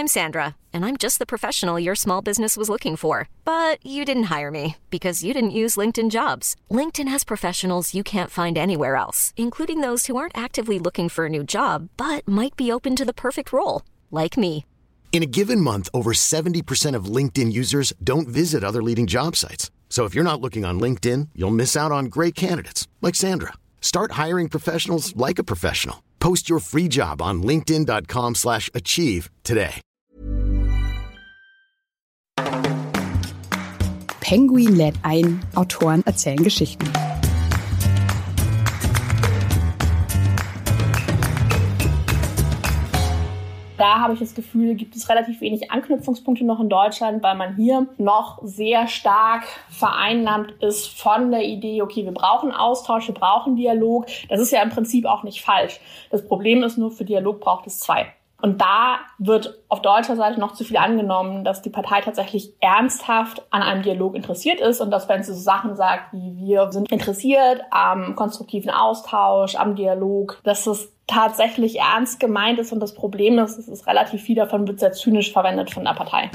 I'm Sandra, and I'm just the professional your small business was looking for. But you didn't hire me because you didn't use LinkedIn Jobs. LinkedIn has professionals you can't find anywhere else, including those who aren't actively looking for a new job, but might be open to the perfect role, like me. In a given month, over 70% of LinkedIn users don't visit other leading job sites. So if you're not looking on LinkedIn, you'll miss out on great candidates like Sandra. Start hiring professionals like a professional. Post your free job on linkedin.com/achieve today. Penguin lädt ein, Autoren erzählen Geschichten. Da habe ich das Gefühl, gibt es relativ wenig Anknüpfungspunkte noch in Deutschland, weil man hier noch sehr stark vereinnahmt ist von der Idee, okay, wir brauchen Austausch, wir brauchen Dialog. Das ist ja im Prinzip auch nicht falsch. Das Problem ist nur, für Dialog braucht es zwei. Und da wird auf deutscher Seite noch zu viel angenommen, dass die Partei tatsächlich ernsthaft an einem Dialog interessiert ist und dass, wenn sie so Sachen sagt, wie wir sind interessiert am konstruktiven Austausch, am Dialog, dass das tatsächlich ernst gemeint ist. Und das Problem ist, es ist relativ viel davon, wird sehr zynisch verwendet von der Partei.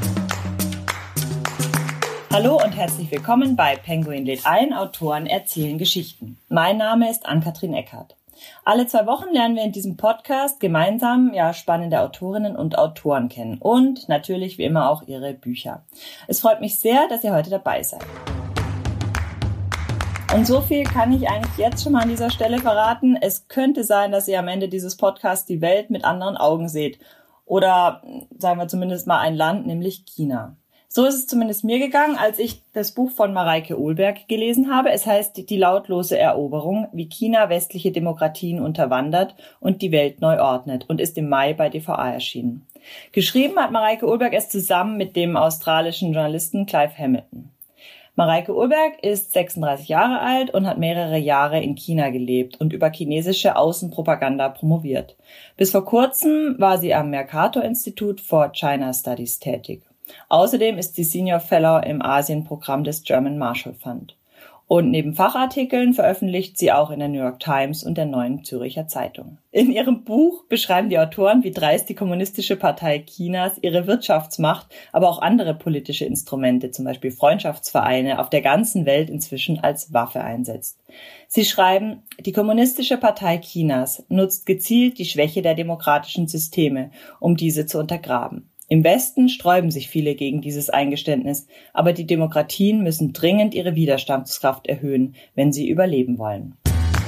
Hallo und herzlich willkommen bei Penguin lädt ein, Autoren erzählen Geschichten. Mein Name ist Ann-Kathrin Eckhardt. Alle 2 Wochen lernen wir in diesem Podcast gemeinsam spannende Autorinnen und Autoren kennen und natürlich wie immer auch ihre Bücher. Es freut mich sehr, dass ihr heute dabei seid. Und so viel kann ich eigentlich jetzt schon mal an dieser Stelle verraten. Es könnte sein, dass ihr am Ende dieses Podcasts die Welt mit anderen Augen seht. Oder sagen wir zumindest mal ein Land, nämlich China. So ist es zumindest mir gegangen, als ich das Buch von Mareike Ohlberg gelesen habe. Es heißt Die lautlose Eroberung, wie China westliche Demokratien unterwandert und die Welt neu ordnet und ist im Mai bei DVA erschienen. Geschrieben hat Mareike Ohlberg es zusammen mit dem australischen Journalisten Clive Hamilton. Mareike Ohlberg ist 36 Jahre alt und hat mehrere Jahre in China gelebt und über chinesische Außenpropaganda promoviert. Bis vor kurzem war sie am Mercator-Institut for China Studies tätig. Außerdem ist sie Senior Fellow im Asienprogramm des German Marshall Fund. Und neben Fachartikeln veröffentlicht sie auch in der New York Times und der Neuen Zürcher Zeitung. In ihrem Buch beschreiben die Autoren, wie dreist die Kommunistische Partei Chinas ihre Wirtschaftsmacht, aber auch andere politische Instrumente, zum Beispiel Freundschaftsvereine, auf der ganzen Welt inzwischen als Waffe einsetzt. Sie schreiben, die Kommunistische Partei Chinas nutzt gezielt die Schwäche der demokratischen Systeme, um diese zu untergraben. Im Westen sträuben sich viele gegen dieses Eingeständnis, aber die Demokratien müssen dringend ihre Widerstandskraft erhöhen, wenn sie überleben wollen.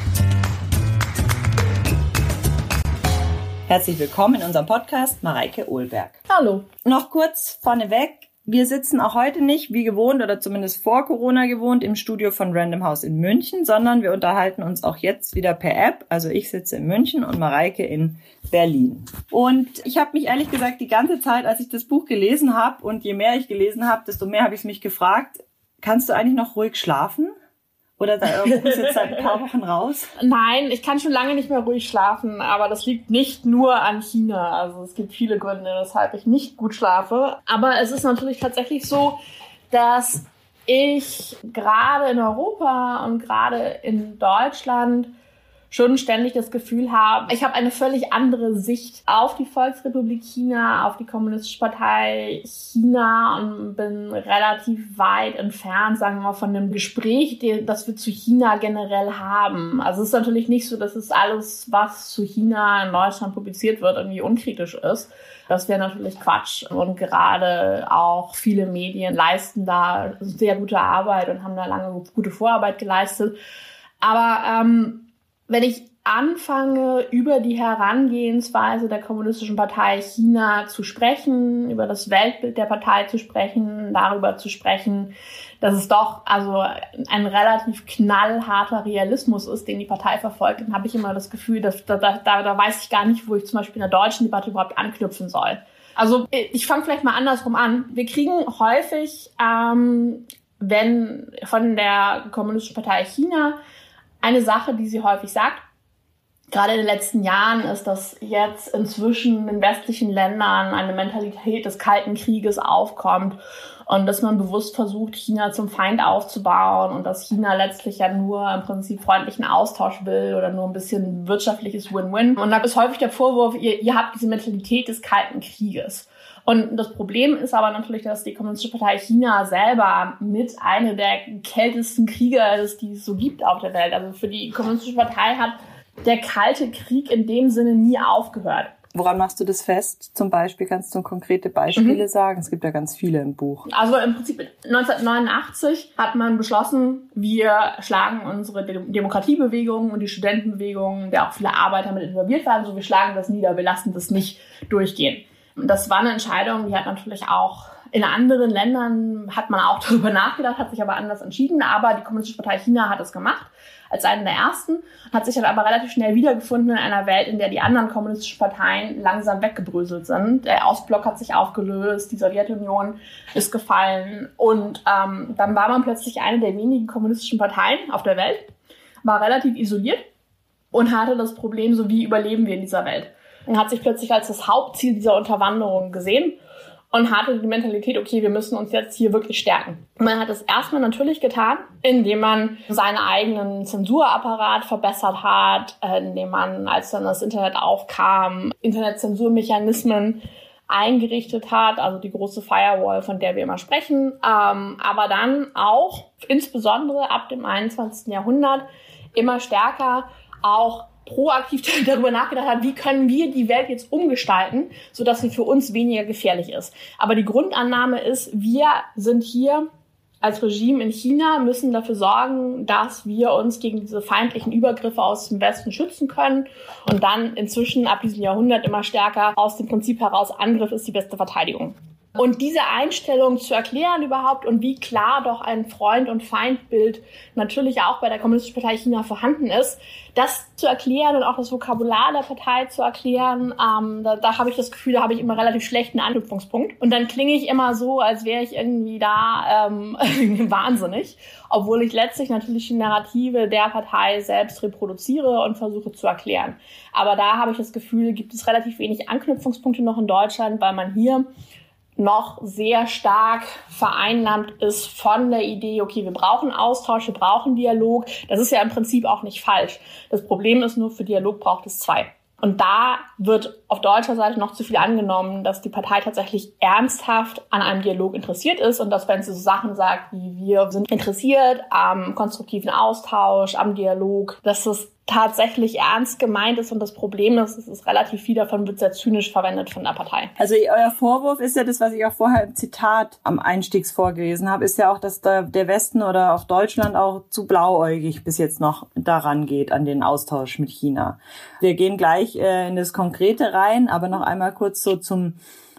Herzlich willkommen in unserem Podcast, Mareike Ohlberg. Hallo. Noch kurz vorneweg. Wir sitzen auch heute nicht, wie gewohnt oder zumindest vor Corona gewohnt, im Studio von Random House in München, sondern wir unterhalten uns auch jetzt wieder per App. Also ich sitze in München und Mareike in Berlin. Und ich habe mich ehrlich gesagt die ganze Zeit, als ich das Buch gelesen habe und je mehr ich gelesen habe, desto mehr habe ich mich gefragt, kannst du eigentlich noch ruhig schlafen? Oder ist jetzt seit ein paar Wochen raus? Nein, ich kann schon lange nicht mehr ruhig schlafen, aber das liegt nicht nur an China. Also es gibt viele Gründe, weshalb ich nicht gut schlafe. Aber es ist natürlich tatsächlich so, dass ich gerade in Europa und gerade in Deutschland schon ständig das Gefühl habe, ich habe eine völlig andere Sicht auf die Volksrepublik China, auf die Kommunistische Partei China und bin relativ weit entfernt, sagen wir mal, von dem Gespräch, das wir zu China generell haben. Also es ist natürlich nicht so, dass es alles, was zu China in Deutschland publiziert wird, irgendwie unkritisch ist. Das wäre natürlich Quatsch. Und gerade auch viele Medien leisten da sehr gute Arbeit und haben da lange gute Vorarbeit geleistet. Aber wenn ich anfange, über die Herangehensweise der Kommunistischen Partei China zu sprechen, über das Weltbild der Partei zu sprechen, darüber zu sprechen, dass es doch also ein relativ knallharter Realismus ist, den die Partei verfolgt, dann habe ich immer das Gefühl, dass da weiß ich gar nicht, wo ich zum Beispiel in der deutschen Debatte überhaupt anknüpfen soll. Also ich fange vielleicht mal andersrum an. Wir kriegen häufig, wenn von der Kommunistischen Partei China eine Sache, die sie häufig sagt, gerade in den letzten Jahren, ist, dass jetzt inzwischen in westlichen Ländern eine Mentalität des Kalten Krieges aufkommt und dass man bewusst versucht, China zum Feind aufzubauen und dass China letztlich ja nur im Prinzip freundlichen Austausch will oder nur ein bisschen wirtschaftliches Win-Win. Und da ist häufig der Vorwurf, ihr habt diese Mentalität des Kalten Krieges. Und das Problem ist aber natürlich, dass die Kommunistische Partei China selber mit einer der kältesten Kriege ist, die es so gibt auf der Welt. Also für die Kommunistische Partei hat der Kalte Krieg in dem Sinne nie aufgehört. Woran machst du das fest? Zum Beispiel kannst du konkrete Beispiele sagen? Es gibt ja ganz viele im Buch. Also im Prinzip 1989 hat man beschlossen, wir schlagen unsere Demokratiebewegung und die Studentenbewegung, der auch viele Arbeiter mit involviert waren, so wir schlagen das nieder, wir lassen das nicht durchgehen. Das war eine Entscheidung, die hat natürlich auch in anderen Ländern, hat man auch darüber nachgedacht, hat sich aber anders entschieden, aber die Kommunistische Partei China hat es gemacht, als eine der ersten, hat sich dann aber relativ schnell wiedergefunden in einer Welt, in der die anderen kommunistischen Parteien langsam weggebröselt sind. Der Ostblock hat sich aufgelöst, die Sowjetunion ist gefallen und dann war man plötzlich eine der wenigen kommunistischen Parteien auf der Welt, war relativ isoliert und hatte das Problem, so wie überleben wir in dieser Welt. Und hat sich plötzlich als das Hauptziel dieser Unterwanderung gesehen und hatte die Mentalität, okay, wir müssen uns jetzt hier wirklich stärken. Und man hat es erstmal natürlich getan, indem man seinen eigenen Zensurapparat verbessert hat, indem man, als dann das Internet aufkam, Internetzensurmechanismen eingerichtet hat, also die große Firewall, von der wir immer sprechen, aber dann auch, insbesondere ab dem 21. Jahrhundert, immer stärker auch proaktiv darüber nachgedacht hat, wie können wir die Welt jetzt umgestalten, sodass sie für uns weniger gefährlich ist. Aber die Grundannahme ist, wir sind hier als Regime in China, müssen dafür sorgen, dass wir uns gegen diese feindlichen Übergriffe aus dem Westen schützen können und dann inzwischen ab diesem Jahrhundert immer stärker aus dem Prinzip heraus, Angriff ist die beste Verteidigung. Und diese Einstellung zu erklären überhaupt und wie klar doch ein Freund- und Feindbild natürlich auch bei der Kommunistischen Partei China vorhanden ist, das zu erklären und auch das Vokabular der Partei zu erklären, da habe ich das Gefühl, da habe ich immer relativ schlechten Anknüpfungspunkt. Und dann klinge ich immer so, als wäre ich irgendwie da wahnsinnig, obwohl ich letztlich natürlich die Narrative der Partei selbst reproduziere und versuche zu erklären. Aber da habe ich das Gefühl, gibt es relativ wenig Anknüpfungspunkte noch in Deutschland, weil man hier noch sehr stark vereinnahmt ist von der Idee, okay, wir brauchen Austausch, wir brauchen Dialog. Das ist ja im Prinzip auch nicht falsch. Das Problem ist nur, für Dialog braucht es zwei. Und da wird auf deutscher Seite noch zu viel angenommen, dass die Partei tatsächlich ernsthaft an einem Dialog interessiert ist und dass, wenn sie so Sachen sagt, wie wir sind interessiert am konstruktiven Austausch, am Dialog, dass es tatsächlich ernst gemeint ist und das Problem ist, es ist relativ viel davon wird sehr zynisch verwendet von der Partei. Also euer Vorwurf ist ja das, was ich auch vorher im Zitat am Einstiegs vorgelesen habe, ist ja auch, dass da der Westen oder auch Deutschland auch zu blauäugig bis jetzt noch daran geht, an den Austausch mit China. Wir gehen gleich in das Konkrete rein, aber noch einmal kurz so zum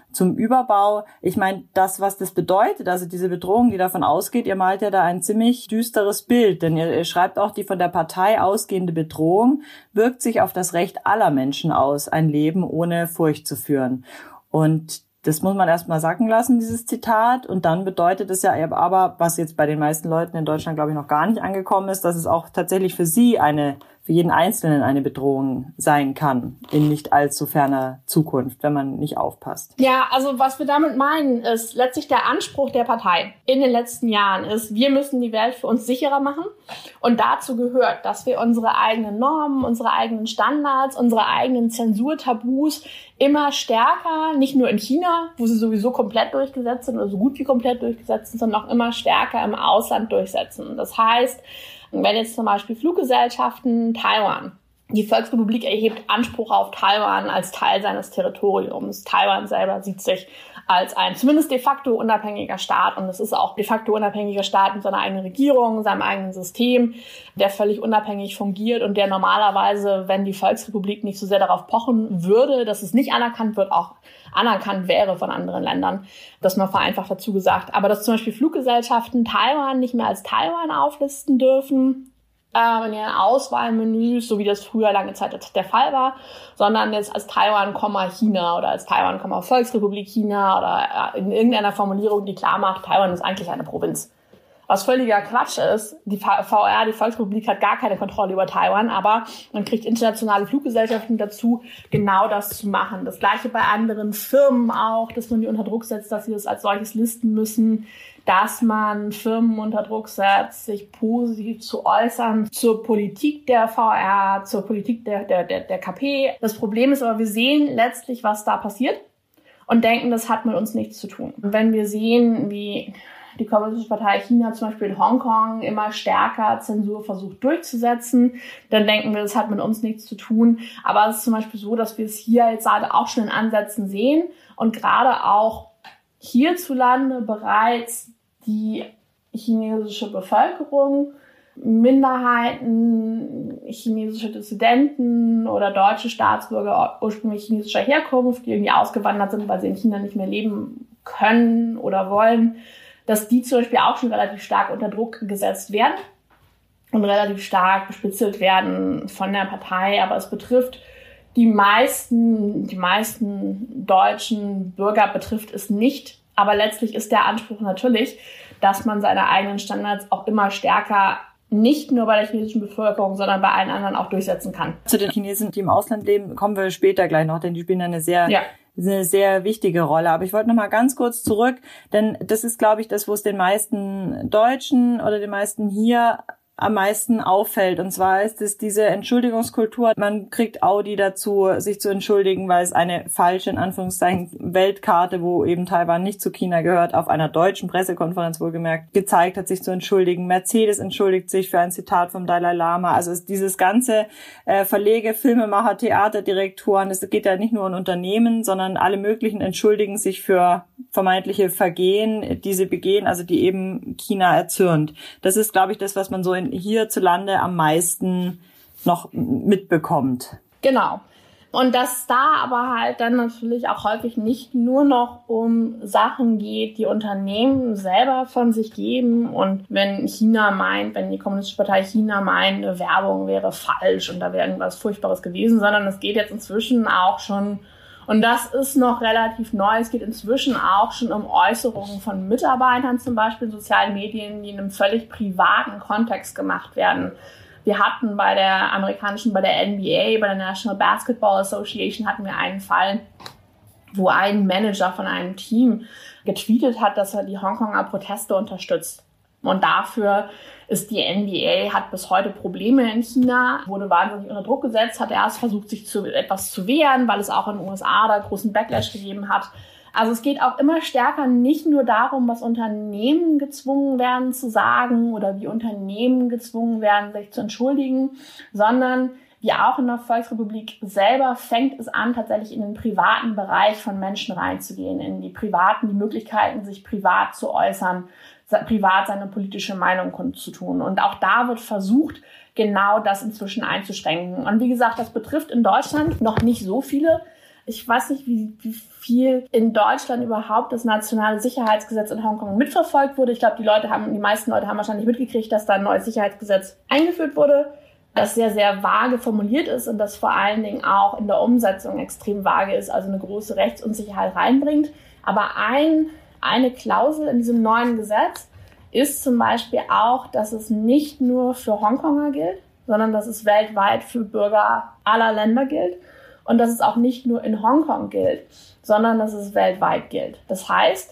Überbau. Ich meine, das, was das bedeutet, also diese Bedrohung, die davon ausgeht, ihr malt ja da ein ziemlich düsteres Bild, denn ihr schreibt auch, die von der Partei ausgehende Bedrohung wirkt sich auf das Recht aller Menschen aus, ein Leben ohne Furcht zu führen. Und das muss man erstmal sacken lassen, dieses Zitat. Und dann bedeutet es ja aber, was jetzt bei den meisten Leuten in Deutschland, glaube ich, noch gar nicht angekommen ist, dass es auch tatsächlich für sie für jeden Einzelnen eine Bedrohung sein kann in nicht allzu ferner Zukunft, wenn man nicht aufpasst. Ja, also was wir damit meinen, ist letztlich der Anspruch der Partei in den letzten Jahren ist, wir müssen die Welt für uns sicherer machen. Und dazu gehört, dass wir unsere eigenen Normen, unsere eigenen Standards, unsere eigenen Zensurtabus immer stärker, nicht nur in China, wo sie sowieso komplett durchgesetzt sind oder so gut wie komplett durchgesetzt sind, sondern auch immer stärker im Ausland durchsetzen. Das heißt, wenn jetzt zum Beispiel Fluggesellschaften Taiwan, die Volksrepublik erhebt Anspruch auf Taiwan als Teil seines Territoriums. Taiwan selber sieht sich als ein zumindest de facto unabhängiger Staat und es ist auch de facto unabhängiger Staat mit seiner eigenen Regierung, seinem eigenen System, der völlig unabhängig fungiert und der normalerweise, wenn die Volksrepublik nicht so sehr darauf pochen würde, dass es nicht anerkannt wird, auch anerkannt wäre von anderen Ländern. Das mal vereinfacht dazu gesagt. Aber dass zum Beispiel Fluggesellschaften Taiwan nicht mehr als Taiwan auflisten dürfen, in ihren Auswahlmenüs, so wie das früher lange Zeit der Fall war, sondern jetzt als Taiwan, China oder als Taiwan, Volksrepublik China oder in irgendeiner Formulierung, die klar macht, Taiwan ist eigentlich eine Provinz. Was völliger Quatsch ist, die VR, die Volksrepublik, hat gar keine Kontrolle über Taiwan, aber man kriegt internationale Fluggesellschaften dazu, genau das zu machen. Das Gleiche bei anderen Firmen auch, dass man die unter Druck setzt, dass sie das als solches listen müssen, dass man Firmen unter Druck setzt, sich positiv zu äußern zur Politik der VR, zur Politik der KP. Das Problem ist aber, wir sehen letztlich, was da passiert. und denken, das hat mit uns nichts zu tun. Und wenn wir sehen, wie die Kommunistische Partei China zum Beispiel in Hongkong immer stärker Zensur versucht durchzusetzen, dann denken wir, das hat mit uns nichts zu tun. Aber es ist zum Beispiel so, dass wir es hier jetzt gerade auch schon in Ansätzen sehen und gerade auch hierzulande bereits die chinesische Bevölkerung, Minderheiten, chinesische Dissidenten oder deutsche Staatsbürger ursprünglich chinesischer Herkunft, die irgendwie ausgewandert sind, weil sie in China nicht mehr leben können oder wollen, dass die zum Beispiel auch schon relativ stark unter Druck gesetzt werden und relativ stark bespitzelt werden von der Partei. Aber es betrifft die meisten deutschen Bürger betrifft es nicht. Aber letztlich ist der Anspruch natürlich, dass man seine eigenen Standards auch immer stärker nicht nur bei der chinesischen Bevölkerung, sondern bei allen anderen auch durchsetzen kann. Zu den Chinesen, die im Ausland leben, kommen wir später gleich noch, denn die spielen eine sehr wichtige Rolle. Aber ich wollte noch mal ganz kurz zurück, denn das ist, glaube ich, das, wo es den meisten Deutschen oder den meisten hier am meisten auffällt. Und zwar ist es diese Entschuldigungskultur. Man kriegt Audi dazu, sich zu entschuldigen, weil es eine falsche, in Anführungszeichen, Weltkarte, wo eben Taiwan nicht zu China gehört, auf einer deutschen Pressekonferenz wohlgemerkt, gezeigt hat, sich zu entschuldigen. Mercedes entschuldigt sich für ein Zitat vom Dalai Lama. Also dieses ganze Verlege, Filmemacher, Theaterdirektoren, es geht ja nicht nur um Unternehmen, sondern alle möglichen entschuldigen sich für vermeintliche Vergehen, die sie begehen, also die eben China erzürnt. Das ist, glaube ich, das, was man so hierzulande am meisten noch mitbekommt. Genau. Und dass da aber halt dann natürlich auch häufig nicht nur noch um Sachen geht, die Unternehmen selber von sich geben. Und wenn die Kommunistische Partei China meint, eine Werbung wäre falsch und da wäre irgendwas Furchtbares gewesen, sondern es geht jetzt inzwischen auch schon, und das ist noch relativ neu, es geht inzwischen auch schon um Äußerungen von Mitarbeitern, zum Beispiel in sozialen Medien, die in einem völlig privaten Kontext gemacht werden. Wir hatten bei der NBA, bei der National Basketball Association, hatten wir einen Fall, wo ein Manager von einem Team getweetet hat, dass er die Hongkonger Proteste unterstützt. Und dafür ist die NBA, hat bis heute Probleme in China, wurde wahnsinnig unter Druck gesetzt, hat erst versucht, sich etwas zu wehren, weil es auch in den USA da großen Backlash gegeben hat. Also es geht auch immer stärker nicht nur darum, was Unternehmen gezwungen werden zu sagen oder wie Unternehmen gezwungen werden, sich zu entschuldigen, sondern wie auch in der Volksrepublik selber fängt es an, tatsächlich in den privaten Bereich von Menschen reinzugehen, in die Möglichkeiten, sich privat zu äußern, privat seine politische Meinung kundzutun. Und auch da wird versucht, genau das inzwischen einzuschränken. Und wie gesagt, das betrifft in Deutschland noch nicht so viele. Ich weiß nicht, wie viel in Deutschland überhaupt das nationale Sicherheitsgesetz in Hongkong mitverfolgt wurde. Ich glaube, die meisten Leute haben wahrscheinlich mitgekriegt, dass da ein neues Sicherheitsgesetz eingeführt wurde, das sehr, sehr vage formuliert ist und das vor allen Dingen auch in der Umsetzung extrem vage ist, also eine große Rechtsunsicherheit reinbringt. Aber eine Klausel in diesem neuen Gesetz ist zum Beispiel auch, dass es nicht nur für Hongkonger gilt, sondern dass es weltweit für Bürger aller Länder gilt und dass es auch nicht nur in Hongkong gilt, sondern dass es weltweit gilt. Das heißt,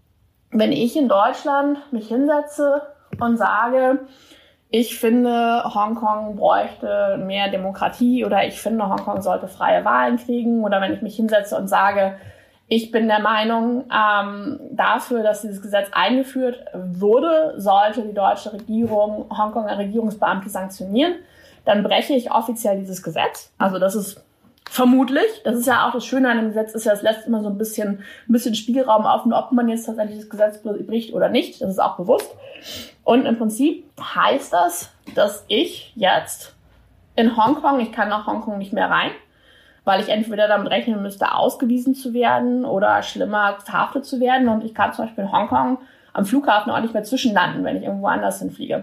wenn ich in Deutschland mich hinsetze und sage, ich finde, Hongkong bräuchte mehr Demokratie oder ich finde, Hongkong sollte freie Wahlen kriegen, oder wenn ich mich hinsetze und sage, ich bin der Meinung, dafür, dass dieses Gesetz eingeführt wurde, sollte die deutsche Regierung Hongkonger Regierungsbeamte sanktionieren, dann breche ich offiziell dieses Gesetz. Also das ist vermutlich, das ist ja auch das Schöne an dem Gesetz, ist ja, es lässt immer so ein bisschen Spielraum offen, ob man jetzt tatsächlich das Gesetz bricht oder nicht. Das ist auch bewusst. Und im Prinzip heißt das, dass ich jetzt in Hongkong, ich kann nach Hongkong nicht mehr rein, weil ich entweder damit rechnen müsste, ausgewiesen zu werden oder schlimmer verhaftet zu werden. Und ich kann zum Beispiel in Hongkong am Flughafen auch nicht mehr zwischenlanden, wenn ich irgendwo anders hinfliege.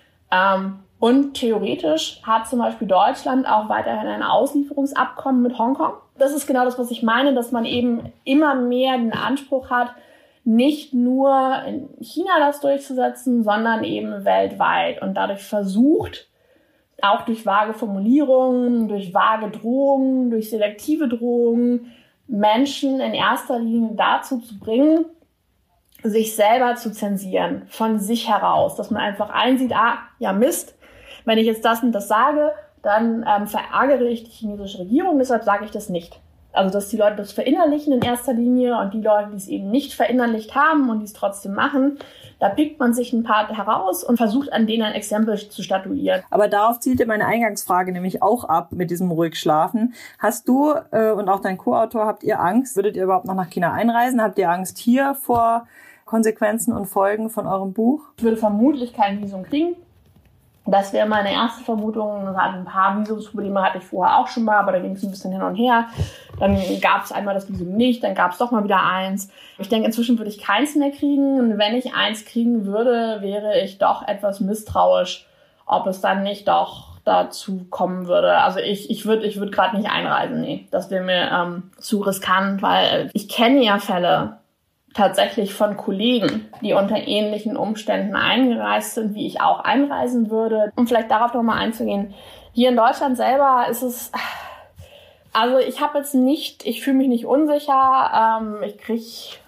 Und theoretisch hat zum Beispiel Deutschland auch weiterhin ein Auslieferungsabkommen mit Hongkong. Das ist genau das, was ich meine, dass man eben immer mehr den Anspruch hat, nicht nur in China das durchzusetzen, sondern eben weltweit. Und dadurch versucht, auch durch vage Formulierungen, durch vage Drohungen, durch selektive Drohungen, Menschen in erster Linie dazu zu bringen, sich selber zu zensieren, von sich heraus. Dass man einfach einsieht, ja Mist, wenn ich jetzt das und das sage, dann verärgere ich die chinesische Regierung, deshalb sage ich das nicht. Also, dass die Leute das verinnerlichen in erster Linie und die Leute, die es eben nicht verinnerlicht haben und die es trotzdem machen, da pickt man sich ein paar heraus und versucht, an denen ein Exempel zu statuieren. Aber darauf zielte meine Eingangsfrage nämlich auch ab mit diesem ruhig Schlafen. Hast du und auch dein Co-Autor, habt ihr Angst? Würdet ihr überhaupt noch nach China einreisen? Habt ihr Angst hier vor Konsequenzen und Folgen von eurem Buch? Ich würde vermutlich kein Visum kriegen. Das wäre meine erste Vermutung. Ein paar Visumsprobleme hatte ich vorher auch schon mal, aber da ging es ein bisschen hin und her. Dann gab es einmal das Visum nicht, dann gab es doch mal wieder eins. Ich denke, inzwischen würde ich keins mehr kriegen. Und wenn ich eins kriegen würde, wäre ich doch etwas misstrauisch, ob es dann nicht doch dazu kommen würde. Also ich würde gerade nicht einreisen. Nee, das wäre mir zu riskant, weil ich kenne ja Fälle tatsächlich von Kollegen, die unter ähnlichen Umständen eingereist sind, wie ich auch einreisen würde. Um vielleicht darauf noch mal einzugehen. Hier in Deutschland selber ist es, also ich fühle mich nicht unsicher. Ich krieg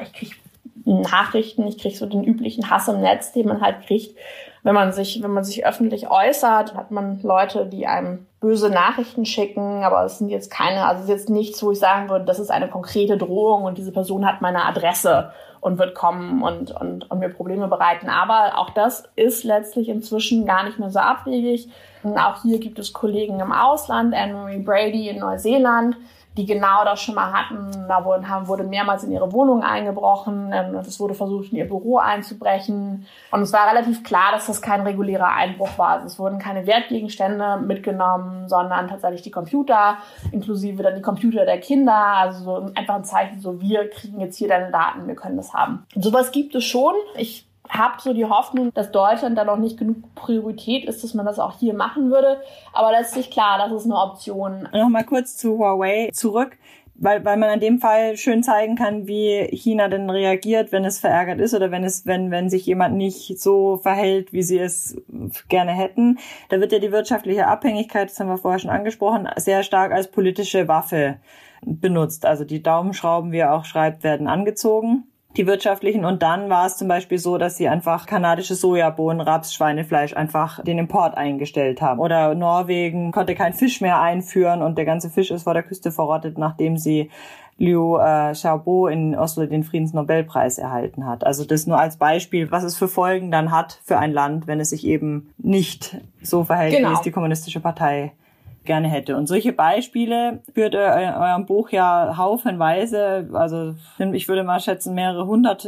Nachrichten, ich krieg so den üblichen Hass im Netz, den man halt kriegt. Wenn man sich öffentlich äußert, hat man Leute, die einem böse Nachrichten schicken, aber es sind jetzt keine, also es ist jetzt nichts, wo ich sagen würde, das ist eine konkrete Drohung und diese Person hat meine Adresse und wird kommen und mir Probleme bereiten. Aber auch das ist letztlich inzwischen gar nicht mehr so abwegig. Und auch hier gibt es Kollegen im Ausland, Anne-Marie Brady in Neuseeland, die genau das schon mal hatten. Da wurde mehrmals in ihre Wohnung eingebrochen. Es wurde versucht, in ihr Büro einzubrechen. Und es war relativ klar, dass das kein regulärer Einbruch war. Es wurden keine Wertgegenstände mitgenommen, sondern tatsächlich die Computer, inklusive dann die Computer der Kinder. Also so einfach ein Zeichen, so wir kriegen jetzt hier deine Daten, wir können das haben. Und sowas gibt es schon. Ich habe so die Hoffnung, dass Deutschland da noch nicht genug Priorität ist, dass man das auch hier machen würde. Aber letztlich klar, das ist eine Option. Nochmal kurz zu Huawei zurück, weil man in dem Fall schön zeigen kann, wie China denn reagiert, wenn es verärgert ist oder wenn sich jemand nicht so verhält, wie sie es gerne hätten. Da wird ja die wirtschaftliche Abhängigkeit, das haben wir vorher schon angesprochen, sehr stark als politische Waffe benutzt. Also die Daumenschrauben, wie er auch schreibt, werden angezogen. Die wirtschaftlichen. Und dann war es zum Beispiel so, dass sie einfach kanadische Sojabohnen, Raps, Schweinefleisch einfach den Import eingestellt haben. Oder Norwegen konnte kein Fisch mehr einführen und der ganze Fisch ist vor der Küste verrottet, nachdem sie Liu Xiaobo in Oslo den Friedensnobelpreis erhalten hat. Also das nur als Beispiel, was es für Folgen dann hat für ein Land, wenn es sich eben nicht so verhält, wie es die Kommunistische Partei gerne hätte. Und solche Beispiele führt in eurem Buch ja haufenweise, also ich würde mal schätzen, mehrere hundert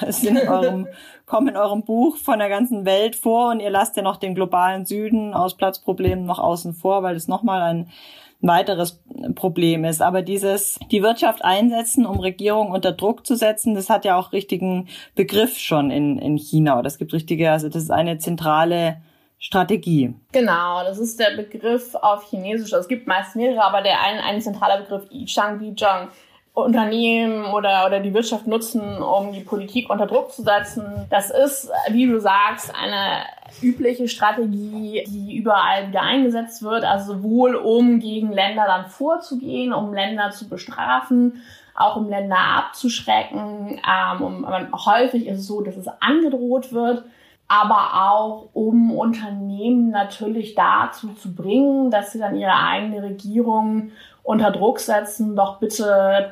kommen in eurem Buch von der ganzen Welt vor und ihr lasst ja noch den globalen Süden aus Platzproblemen noch außen vor, weil es nochmal ein weiteres Problem ist. Aber die Wirtschaft einsetzen, um Regierungen unter Druck zu setzen, das hat ja auch richtigen Begriff schon in China. Oder es gibt das ist eine zentrale Strategie. Genau, das ist der Begriff auf Chinesisch. Es gibt meist mehrere, aber ein zentraler Begriff, Yichang. Unternehmen oder die Wirtschaft nutzen, um die Politik unter Druck zu setzen. Das ist, wie du sagst, eine übliche Strategie, die überall wieder eingesetzt wird. Also sowohl um gegen Länder dann vorzugehen, um Länder zu bestrafen, auch um Länder abzuschrecken. Häufig ist es so, dass es angedroht wird, aber auch um Unternehmen natürlich dazu zu bringen, dass sie dann ihre eigene Regierung unter Druck setzen, doch bitte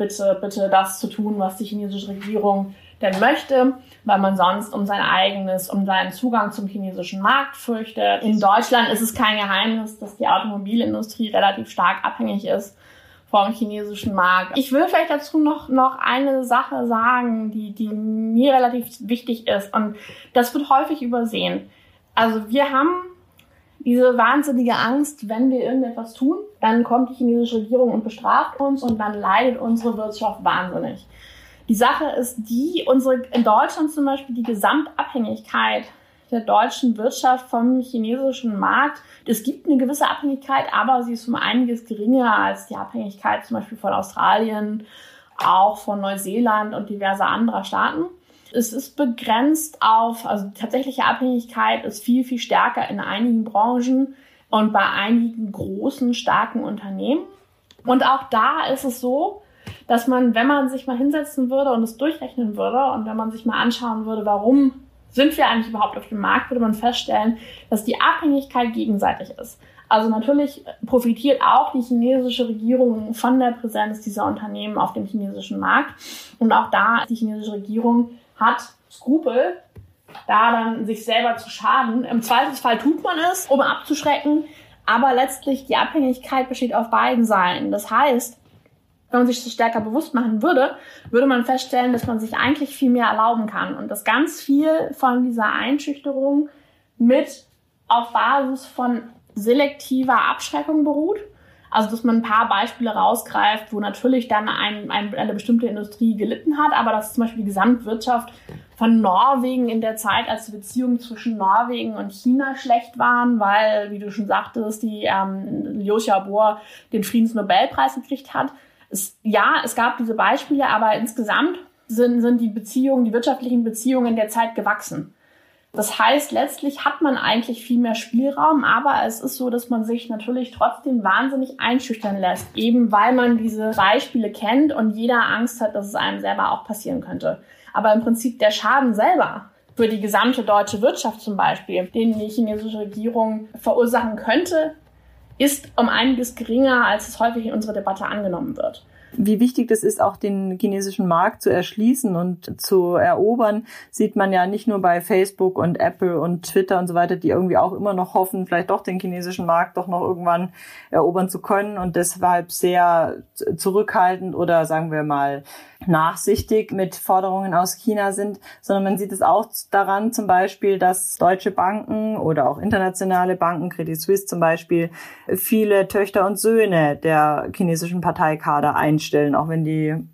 das zu tun, was die chinesische Regierung denn möchte, weil man sonst um seinen Zugang zum chinesischen Markt fürchtet. In Deutschland ist es kein Geheimnis, dass die Automobilindustrie relativ stark abhängig ist vom chinesischen Markt. Ich will vielleicht dazu noch eine Sache sagen, die mir relativ wichtig ist, und das wird häufig übersehen. Also wir haben diese wahnsinnige Angst, wenn wir irgendetwas tun, dann kommt die chinesische Regierung und bestraft uns und dann leidet unsere Wirtschaft wahnsinnig. Die Sache ist in Deutschland zum Beispiel die Gesamtabhängigkeit der deutschen Wirtschaft vom chinesischen Markt. Es gibt eine gewisse Abhängigkeit, aber sie ist um einiges geringer als die Abhängigkeit zum Beispiel von Australien, auch von Neuseeland und diverse anderer Staaten. Es ist begrenzt also die tatsächliche Abhängigkeit ist viel, viel stärker in einigen Branchen und bei einigen großen, starken Unternehmen. Und auch da ist es so, dass man, wenn man sich mal hinsetzen würde und es durchrechnen würde und wenn man sich mal anschauen würde, warum sind wir eigentlich überhaupt auf dem Markt, würde man feststellen, dass die Abhängigkeit gegenseitig ist. Also natürlich profitiert auch die chinesische Regierung von der Präsenz dieser Unternehmen auf dem chinesischen Markt. Und auch da, die chinesische Regierung hat Skrupel, da dann sich selber zu schaden. Im Zweifelsfall tut man es, um abzuschrecken. Aber letztlich die Abhängigkeit besteht auf beiden Seiten. Das heißt, wenn man sich das stärker bewusst machen würde, würde man feststellen, dass man sich eigentlich viel mehr erlauben kann. Und dass ganz viel von dieser Einschüchterung mit auf Basis von selektiver Abschreckung beruht. Also, dass man ein paar Beispiele rausgreift, wo natürlich dann eine bestimmte Industrie gelitten hat, aber dass zum Beispiel die Gesamtwirtschaft von Norwegen in der Zeit, als die Beziehungen zwischen Norwegen und China schlecht waren, weil, wie du schon sagtest, die Liu Xiaobo den Friedensnobelpreis gekriegt hat. Es gab diese Beispiele, aber insgesamt sind die wirtschaftlichen Beziehungen in der Zeit gewachsen. Das heißt, letztlich hat man eigentlich viel mehr Spielraum, aber es ist so, dass man sich natürlich trotzdem wahnsinnig einschüchtern lässt, eben weil man diese Beispiele kennt und jeder Angst hat, dass es einem selber auch passieren könnte. Aber im Prinzip der Schaden selber für die gesamte deutsche Wirtschaft zum Beispiel, den die chinesische Regierung verursachen könnte, ist um einiges geringer, als es häufig in unserer Debatte angenommen wird. Wie wichtig das ist, auch den chinesischen Markt zu erschließen und zu erobern, sieht man ja nicht nur bei Facebook und Apple und Twitter und so weiter, die irgendwie auch immer noch hoffen, vielleicht doch den chinesischen Markt doch noch irgendwann erobern zu können und deshalb sehr zurückhaltend oder sagen wir mal nachsichtig mit Forderungen aus China sind, sondern man sieht es auch daran zum Beispiel, dass deutsche Banken oder auch internationale Banken, Credit Suisse zum Beispiel, viele Töchter und Söhne der chinesischen Parteikader einstellen, auch wenn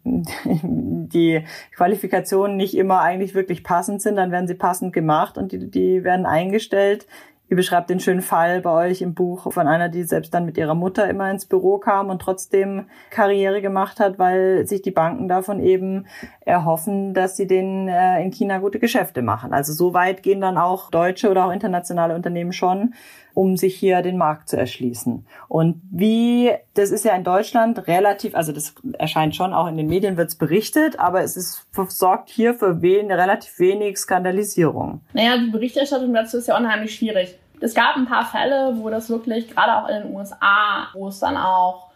die Qualifikationen nicht immer eigentlich wirklich passend sind, dann werden sie passend gemacht und die werden eingestellt. Ihr beschreibt den schönen Fall bei euch im Buch von einer, die selbst dann mit ihrer Mutter immer ins Büro kam und trotzdem Karriere gemacht hat, weil sich die Banken davon eben erhoffen, dass sie denen in China gute Geschäfte machen. Also so weit gehen dann auch deutsche oder auch internationale Unternehmen schon, um sich hier den Markt zu erschließen. Und das ist ja in Deutschland relativ, also das erscheint schon, auch in den Medien wird es berichtet, aber sorgt hier für relativ wenig Skandalisierung. Naja, die Berichterstattung dazu ist ja unheimlich schwierig. Es gab ein paar Fälle, wo das wirklich, gerade auch in den USA, wo es dann auch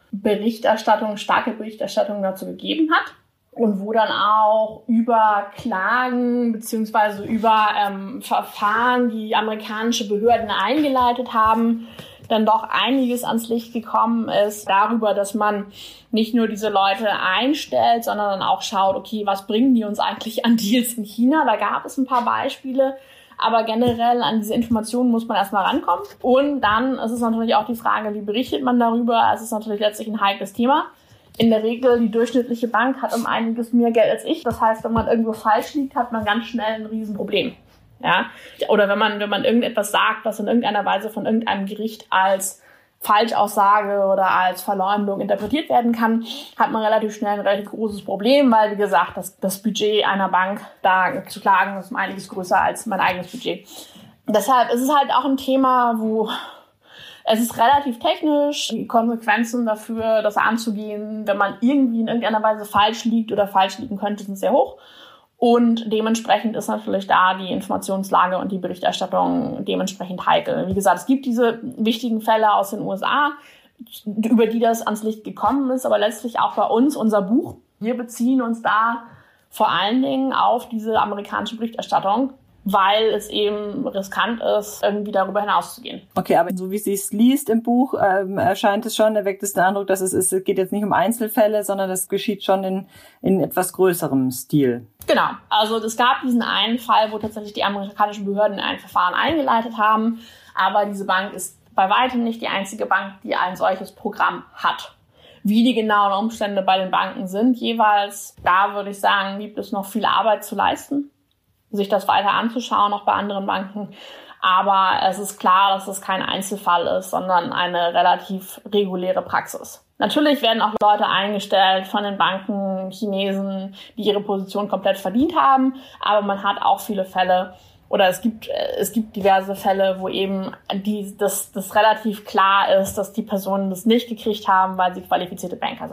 starke Berichterstattung dazu gegeben hat. Und wo dann auch über Klagen beziehungsweise über Verfahren, die amerikanische Behörden eingeleitet haben, dann doch einiges ans Licht gekommen ist darüber, dass man nicht nur diese Leute einstellt, sondern dann auch schaut, okay, was bringen die uns eigentlich an Deals in China? Da gab es ein paar Beispiele, aber generell an diese Informationen muss man erstmal rankommen. Und dann ist es natürlich auch die Frage, wie berichtet man darüber? Es ist natürlich letztlich ein heikles Thema. In der Regel, die durchschnittliche Bank hat um einiges mehr Geld als ich. Das heißt, wenn man irgendwo falsch liegt, hat man ganz schnell ein Riesenproblem. Ja? Oder wenn man irgendetwas sagt, was in irgendeiner Weise von irgendeinem Gericht als Falschaussage oder als Verleumdung interpretiert werden kann, hat man relativ schnell ein relativ großes Problem, weil, wie gesagt, das Budget einer Bank da zu klagen ist um einiges größer als mein eigenes Budget. Deshalb ist es halt auch ein Thema, wo es ist relativ technisch, die Konsequenzen dafür, das anzugehen, wenn man irgendwie in irgendeiner Weise falsch liegt oder falsch liegen könnte, sind sehr hoch. Und dementsprechend ist natürlich da die Informationslage und die Berichterstattung dementsprechend heikel. Wie gesagt, es gibt diese wichtigen Fälle aus den USA, über die das ans Licht gekommen ist, aber letztlich auch bei uns, unser Buch. Wir beziehen uns da vor allen Dingen auf diese amerikanische Berichterstattung, weil es eben riskant ist, irgendwie darüber hinauszugehen. Okay, aber so wie sie es liest im Buch, erscheint es schon, erweckt es den Eindruck, dass es geht jetzt nicht um Einzelfälle, sondern das geschieht schon in etwas größerem Stil. Genau, also es gab diesen einen Fall, wo tatsächlich die amerikanischen Behörden ein Verfahren eingeleitet haben, aber diese Bank ist bei weitem nicht die einzige Bank, die ein solches Programm hat. Wie die genauen Umstände bei den Banken sind jeweils, da würde ich sagen, gibt es noch viel Arbeit zu leisten, sich das weiter anzuschauen, auch bei anderen Banken. Aber es ist klar, dass es kein Einzelfall ist, sondern eine relativ reguläre Praxis. Natürlich werden auch Leute eingestellt von den Banken, Chinesen, die ihre Position komplett verdient haben. Aber man hat auch viele Fälle, oder es gibt diverse Fälle, wo eben das relativ klar ist, dass die Personen das nicht gekriegt haben, weil sie qualifizierte Banker sind.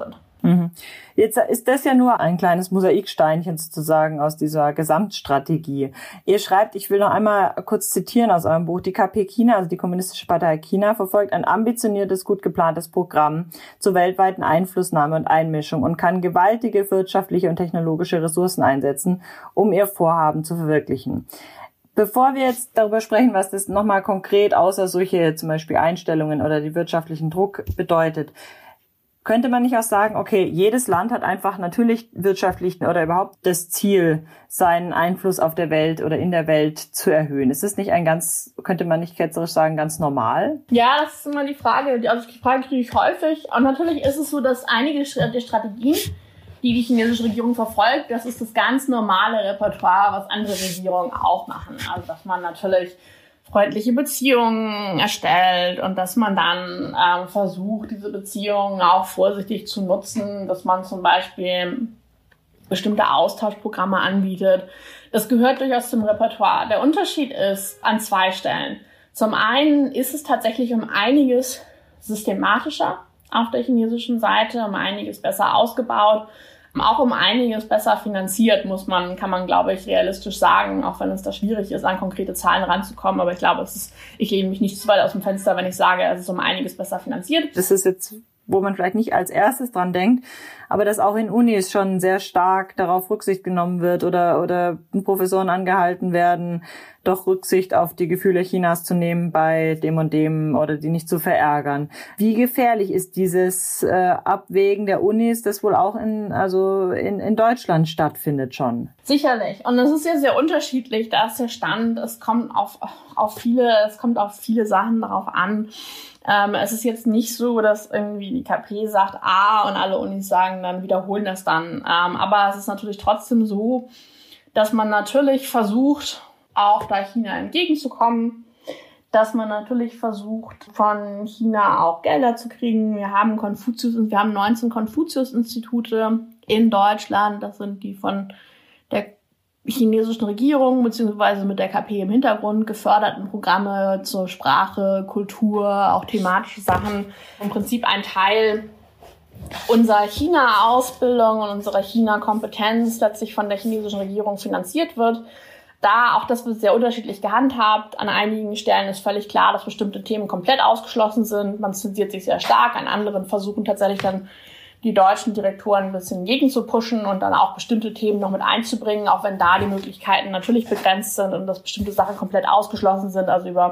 Jetzt ist das ja nur ein kleines Mosaiksteinchen sozusagen aus dieser Gesamtstrategie. Ihr schreibt, ich will noch einmal kurz zitieren aus eurem Buch, die KP China, also die Kommunistische Partei China, verfolgt ein ambitioniertes, gut geplantes Programm zur weltweiten Einflussnahme und Einmischung und kann gewaltige wirtschaftliche und technologische Ressourcen einsetzen, um ihr Vorhaben zu verwirklichen. Bevor wir jetzt darüber sprechen, was das nochmal konkret außer solche zum Beispiel Einstellungen oder die wirtschaftlichen Druck bedeutet, könnte man nicht auch sagen, okay, jedes Land hat einfach natürlich wirtschaftlichen oder überhaupt das Ziel, seinen Einfluss auf der Welt oder in der Welt zu erhöhen? Ist das nicht könnte man nicht ketzerisch sagen, ganz normal? Ja, das ist immer die Frage. Also die Frage kriege ich häufig. Und natürlich ist es so, dass einige der Strategien, die chinesische Regierung verfolgt, das ist das ganz normale Repertoire, was andere Regierungen auch machen. Also dass man natürlich freundliche Beziehungen erstellt und dass man dann versucht, diese Beziehungen auch vorsichtig zu nutzen, dass man zum Beispiel bestimmte Austauschprogramme anbietet. Das gehört durchaus zum Repertoire. Der Unterschied ist an zwei Stellen. Zum einen ist es tatsächlich um einiges systematischer auf der chinesischen Seite, um einiges besser ausgebaut, auch um einiges besser finanziert, kann man, glaube ich, realistisch sagen, auch wenn es da schwierig ist, an konkrete Zahlen ranzukommen. Aber ich glaube, ich lehne mich nicht zu weit aus dem Fenster, wenn ich sage, es ist um einiges besser finanziert. Das ist jetzt, wo man vielleicht nicht als erstes dran denkt, aber dass auch in Unis schon sehr stark darauf Rücksicht genommen wird oder Professoren angehalten werden, doch Rücksicht auf die Gefühle Chinas zu nehmen bei dem und dem oder die nicht zu verärgern. Wie gefährlich ist dieses Abwägen der Unis, das wohl auch in Deutschland stattfindet schon? Sicherlich. Und es ist ja sehr unterschiedlich, da ist der Stand. Es kommt auf viele Sachen darauf an. Es ist jetzt nicht so, dass irgendwie die KP sagt A und alle Unis sagen, dann wiederholen das dann. Aber es ist natürlich trotzdem so, dass man natürlich versucht, auch da China entgegenzukommen, dass man natürlich versucht, von China auch Gelder zu kriegen. Wir haben 19 Konfuzius-Institute in Deutschland. Das sind die von der chinesischen Regierung beziehungsweise mit der KP im Hintergrund geförderten Programme zur Sprache, Kultur, auch thematische Sachen. Im Prinzip ein Teil unserer China-Ausbildung und unserer China-Kompetenz letztlich von der chinesischen Regierung finanziert wird. Auch das wird sehr unterschiedlich gehandhabt. An einigen Stellen ist völlig klar, dass bestimmte Themen komplett ausgeschlossen sind. Man zensiert sich sehr stark. An anderen versuchen tatsächlich dann die deutschen Direktoren ein bisschen gegen zu pushen und dann auch bestimmte Themen noch mit einzubringen, auch wenn da die Möglichkeiten natürlich begrenzt sind und dass bestimmte Sachen komplett ausgeschlossen sind. Also über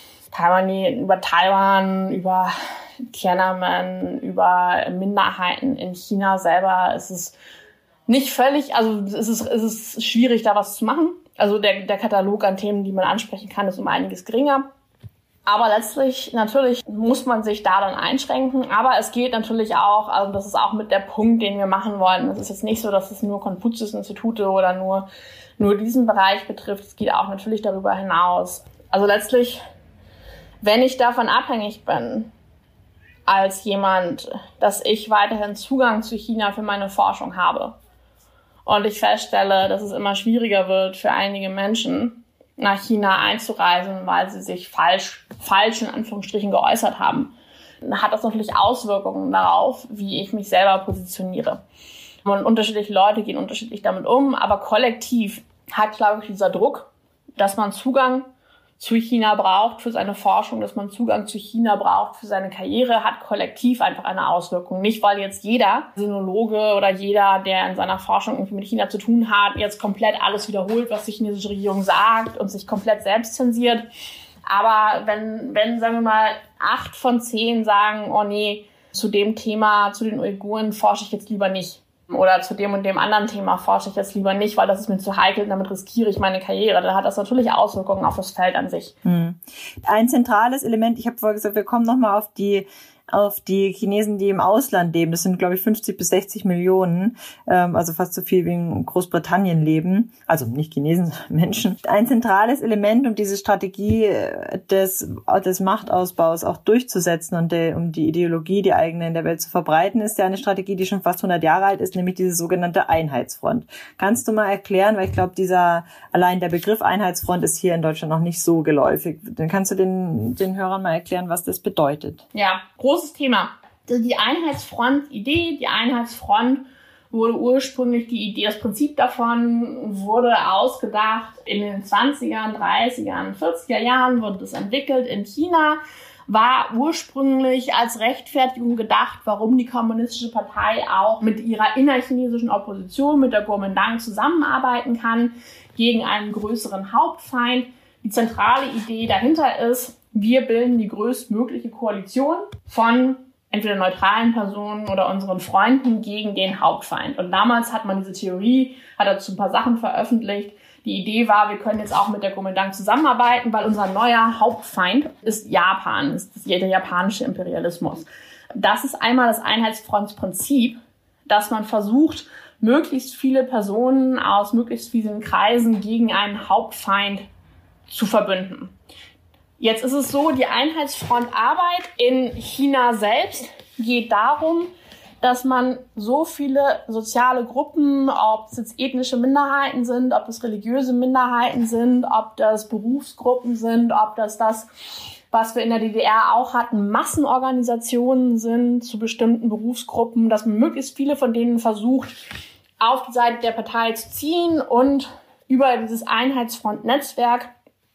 Taiwan, über Tiananmen, über Minderheiten in China selber ist es nicht völlig, also es ist schwierig, da was zu machen. Also der Katalog an Themen, die man ansprechen kann, ist um einiges geringer. Aber letztlich, natürlich muss man sich da dann einschränken. Aber es geht natürlich auch, also das ist auch mit der Punkt, den wir machen wollen. Es ist jetzt nicht so, dass es nur Konfuzius-Institute oder nur diesen Bereich betrifft. Es geht auch natürlich darüber hinaus. Also letztlich, wenn ich davon abhängig bin, als jemand, dass ich weiterhin Zugang zu China für meine Forschung habe und ich feststelle, dass es immer schwieriger wird für einige Menschen, nach China einzureisen, weil sie sich falsch in Anführungsstrichen geäußert haben, dann hat das natürlich Auswirkungen darauf, wie ich mich selber positioniere. Und unterschiedliche Leute gehen unterschiedlich damit um, aber kollektiv hat, glaube ich, dieser Druck, dass man Zugang zu China braucht für seine Forschung, dass man Zugang zu China braucht für seine Karriere, hat kollektiv einfach eine Auswirkung. Nicht, weil jetzt jeder Sinologe oder jeder, der in seiner Forschung irgendwie mit China zu tun hat, jetzt komplett alles wiederholt, was die chinesische Regierung sagt und sich komplett selbst zensiert. Aber wenn sagen wir mal, 8 von 10 sagen, oh nee, zu dem Thema, zu den Uiguren forsche ich jetzt lieber nicht. Oder zu dem und dem anderen Thema forsche ich jetzt lieber nicht, weil das ist mir zu heikel und damit riskiere ich meine Karriere. Dann hat das natürlich Auswirkungen auf das Feld an sich. Ein zentrales Element, ich habe vorher gesagt, wir kommen nochmal auf die Chinesen, die im Ausland leben. Das sind, glaube ich, 50 bis 60 Millionen, also fast so viel wie in Großbritannien leben. Also nicht Chinesen, sondern Menschen. Ein zentrales Element, um diese Strategie des Machtausbaus auch durchzusetzen und um die Ideologie, die eigene in der Welt zu verbreiten, ist ja eine Strategie, die schon fast 100 Jahre alt ist, nämlich diese sogenannte Einheitsfront. Kannst du mal erklären, weil ich glaube, allein der Begriff Einheitsfront ist hier in Deutschland noch nicht so geläufig. Dann kannst du den Hörern mal erklären, was das bedeutet. Ja, großes Thema. Die Einheitsfront-Idee, die Einheitsfront wurde ursprünglich das Prinzip davon wurde ausgedacht in den 20ern, 30ern, 40er Jahren, wurde das entwickelt in China, war ursprünglich als Rechtfertigung gedacht, warum die Kommunistische Partei auch mit ihrer innerchinesischen Opposition, mit der Kuomintang zusammenarbeiten kann gegen einen größeren Hauptfeind. Die zentrale Idee dahinter ist, wir bilden die größtmögliche Koalition von entweder neutralen Personen oder unseren Freunden gegen den Hauptfeind. Und damals hat man diese Theorie, hat dazu ein paar Sachen veröffentlicht. Die Idee war, wir können jetzt auch mit der Kuomintang zusammenarbeiten, weil unser neuer Hauptfeind ist Japan, ist der japanische Imperialismus. Das ist einmal das Einheitsfrontprinzip, dass man versucht, möglichst viele Personen aus möglichst vielen Kreisen gegen einen Hauptfeind zu verbünden. Jetzt ist es so, die Einheitsfrontarbeit in China selbst geht darum, dass man so viele soziale Gruppen, ob es jetzt ethnische Minderheiten sind, ob es religiöse Minderheiten sind, ob das Berufsgruppen sind, ob das, was wir in der DDR auch hatten, Massenorganisationen sind zu bestimmten Berufsgruppen, dass man möglichst viele von denen versucht, auf die Seite der Partei zu ziehen und über dieses Einheitsfront-Netzwerk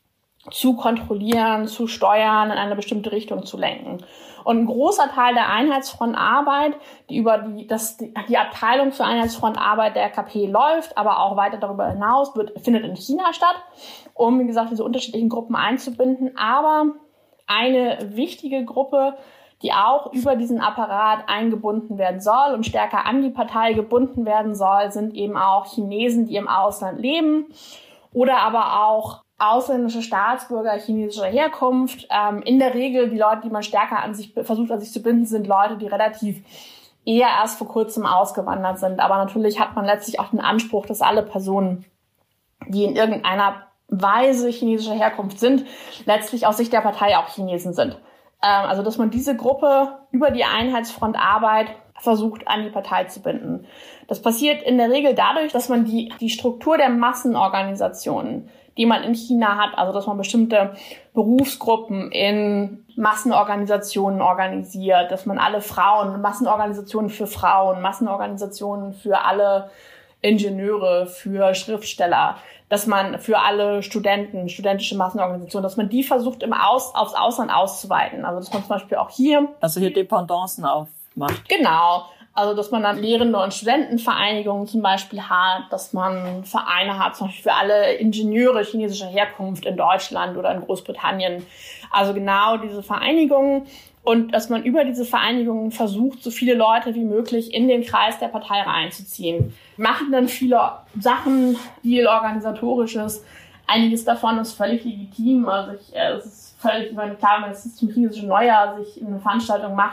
zu kontrollieren, zu steuern, in eine bestimmte Richtung zu lenken. Und ein großer Teil der Einheitsfrontarbeit, die über die Abteilung für Einheitsfrontarbeit der KP läuft, aber auch weiter darüber hinaus, findet in China statt, um, wie gesagt, diese unterschiedlichen Gruppen einzubinden. Aber eine wichtige Gruppe, die auch über diesen Apparat eingebunden werden soll und stärker an die Partei gebunden werden soll, sind eben auch Chinesen, die im Ausland leben oder aber auch ausländische Staatsbürger chinesischer Herkunft. In der Regel die Leute, die man stärker versucht an sich zu binden, sind Leute, die relativ eher erst vor kurzem ausgewandert sind. Aber natürlich hat man letztlich auch den Anspruch, dass alle Personen, die in irgendeiner Weise chinesischer Herkunft sind, letztlich aus Sicht der Partei auch Chinesen sind. Also dass man diese Gruppe über die Einheitsfrontarbeit versucht, an die Partei zu binden. Das passiert in der Regel dadurch, dass man die Struktur der Massenorganisationen, die man in China hat, also dass man bestimmte Berufsgruppen in Massenorganisationen organisiert, dass man alle Frauen, Massenorganisationen für Frauen, Massenorganisationen für alle Ingenieure, für Schriftsteller, dass man für alle Studenten, studentische Massenorganisationen, dass man die versucht, aufs Ausland auszuweiten. Also dass man zum Beispiel auch hier Dependancen aufmacht. Genau. Also, dass man dann Lehrende- und Studentenvereinigungen zum Beispiel hat, dass man Vereine hat, zum Beispiel für alle Ingenieure chinesischer Herkunft in Deutschland oder in Großbritannien. Also genau diese Vereinigungen. Und dass man über diese Vereinigungen versucht, so viele Leute wie möglich in den Kreis der Partei reinzuziehen. Wir machen dann viele Sachen, viel Organisatorisches. Einiges davon ist völlig legitim. Also es ist völlig, klar, wenn man jetzt zum chinesischen Neujahr sich eine Veranstaltung macht,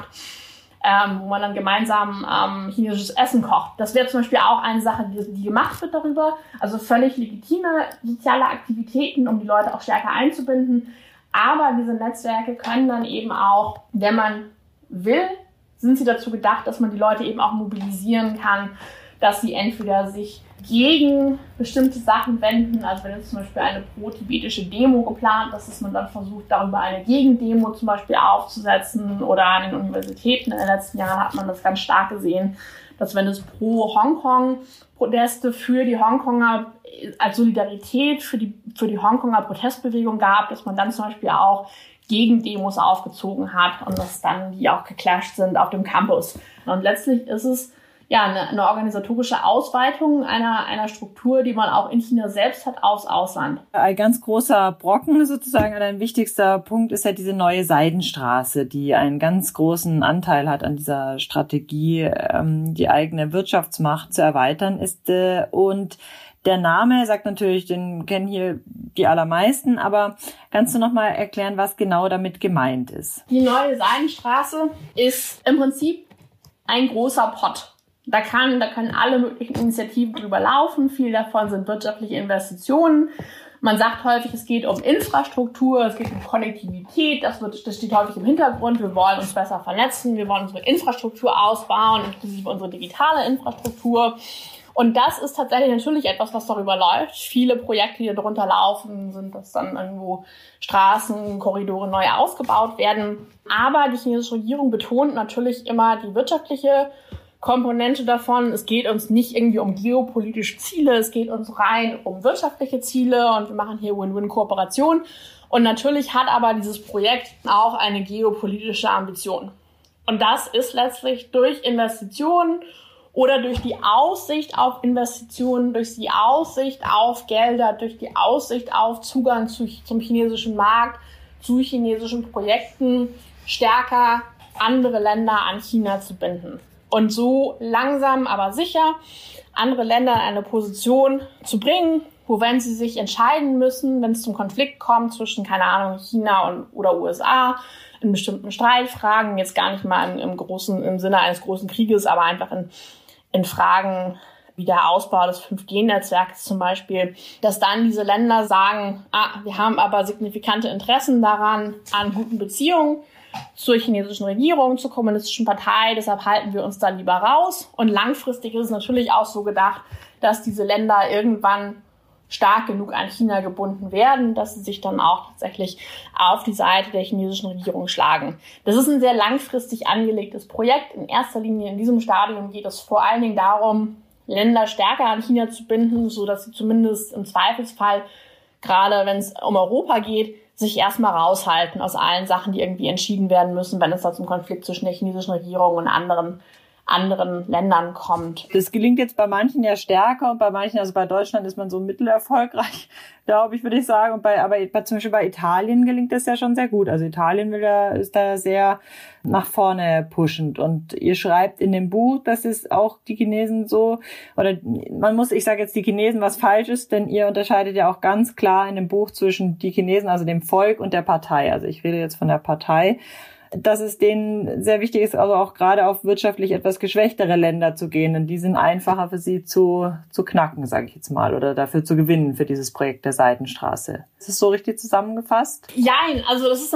wo man dann gemeinsam chinesisches Essen kocht. Das wäre zum Beispiel auch eine Sache, die gemacht wird darüber. Also völlig legitime soziale Aktivitäten, um die Leute auch stärker einzubinden. Aber diese Netzwerke können dann eben auch, wenn man will, sind sie dazu gedacht, dass man die Leute eben auch mobilisieren kann, dass sie entweder sich gegen bestimmte Sachen wenden, also wenn jetzt zum Beispiel eine pro-tibetische Demo geplant ist, dass man dann versucht, darüber eine Gegendemo zum Beispiel aufzusetzen, oder an den Universitäten in den letzten Jahren hat man das ganz stark gesehen, dass wenn es pro-Hongkong-Proteste für die Hongkonger als Solidarität für die Hongkonger Protestbewegung gab, dass man dann zum Beispiel auch Gegendemos aufgezogen hat und dass dann die auch geclasht sind auf dem Campus. Und letztlich ist es ja eine organisatorische Ausweitung einer Struktur, die man auch in China selbst hat, aufs Ausland. Ein ganz großer Brocken sozusagen, ein wichtigster Punkt ist ja diese neue Seidenstraße, die einen ganz großen Anteil hat an dieser Strategie, die eigene Wirtschaftsmacht zu erweitern ist. Und der Name sagt natürlich, den kennen hier die allermeisten, aber kannst du noch mal erklären, was genau damit gemeint ist? Die neue Seidenstraße ist im Prinzip ein großer Pott. Da können alle möglichen Initiativen drüber laufen. Viel davon sind wirtschaftliche Investitionen. Man sagt häufig, es geht um Infrastruktur, es geht um Konnektivität. Das steht häufig im Hintergrund. Wir wollen uns besser vernetzen, wir wollen unsere Infrastruktur ausbauen, inklusive unsere digitale Infrastruktur. Und das ist tatsächlich natürlich etwas, was darüber läuft. Viele Projekte, die darunter laufen, sind, dass dann irgendwo Straßen, Korridore neu ausgebaut werden. Aber die chinesische Regierung betont natürlich immer die wirtschaftliche Komponente davon. Es geht uns nicht irgendwie um geopolitische Ziele, es geht uns rein um wirtschaftliche Ziele und wir machen hier Win-Win-Kooperation. Und natürlich hat aber dieses Projekt auch eine geopolitische Ambition. Und das ist letztlich durch Investitionen oder durch die Aussicht auf Investitionen, durch die Aussicht auf Gelder, durch die Aussicht auf Zugang zum chinesischen Markt, zu chinesischen Projekten, stärker andere Länder an China zu binden. Und so langsam, aber sicher andere Länder in eine Position zu bringen, wo, wenn sie sich entscheiden müssen, wenn es zum Konflikt kommt zwischen, keine Ahnung, China oder USA, in bestimmten Streitfragen, jetzt gar nicht mal im Sinne eines großen Krieges, aber einfach in Fragen wie der Ausbau des 5G-Netzwerks zum Beispiel, dass dann diese Länder sagen, wir haben aber signifikante Interessen daran, an guten Beziehungen zur chinesischen Regierung, zur kommunistischen Partei, deshalb halten wir uns da lieber raus. Und langfristig ist es natürlich auch so gedacht, dass diese Länder irgendwann stark genug an China gebunden werden, dass sie sich dann auch tatsächlich auf die Seite der chinesischen Regierung schlagen. Das ist ein sehr langfristig angelegtes Projekt. In erster Linie in diesem Stadium geht es vor allen Dingen darum, Länder stärker an China zu binden, so dass sie zumindest im Zweifelsfall, gerade wenn es um Europa geht, sich erstmal raushalten aus allen Sachen, die irgendwie entschieden werden müssen, wenn es da zum Konflikt zwischen der chinesischen Regierung und anderen Ländern kommt. Das gelingt jetzt bei manchen ja stärker und bei manchen, also bei Deutschland ist man so mittelerfolgreich, glaube ich, würde ich sagen. Aber zum Beispiel bei Italien gelingt das ja schon sehr gut. Also Italien ist da sehr nach vorne pushend. Und ihr schreibt in dem Buch, dass es auch die Chinesen so, ich sage jetzt die Chinesen, was falsch ist, denn ihr unterscheidet ja auch ganz klar in dem Buch zwischen die Chinesen, also dem Volk und der Partei. Also ich rede jetzt von der Partei. Dass es denen sehr wichtig ist, also auch gerade auf wirtschaftlich etwas geschwächtere Länder zu gehen, denn die sind einfacher für sie zu knacken, sage ich jetzt mal, oder dafür zu gewinnen für dieses Projekt der Seidenstraße. Ist das so richtig zusammengefasst? Nein, also es ist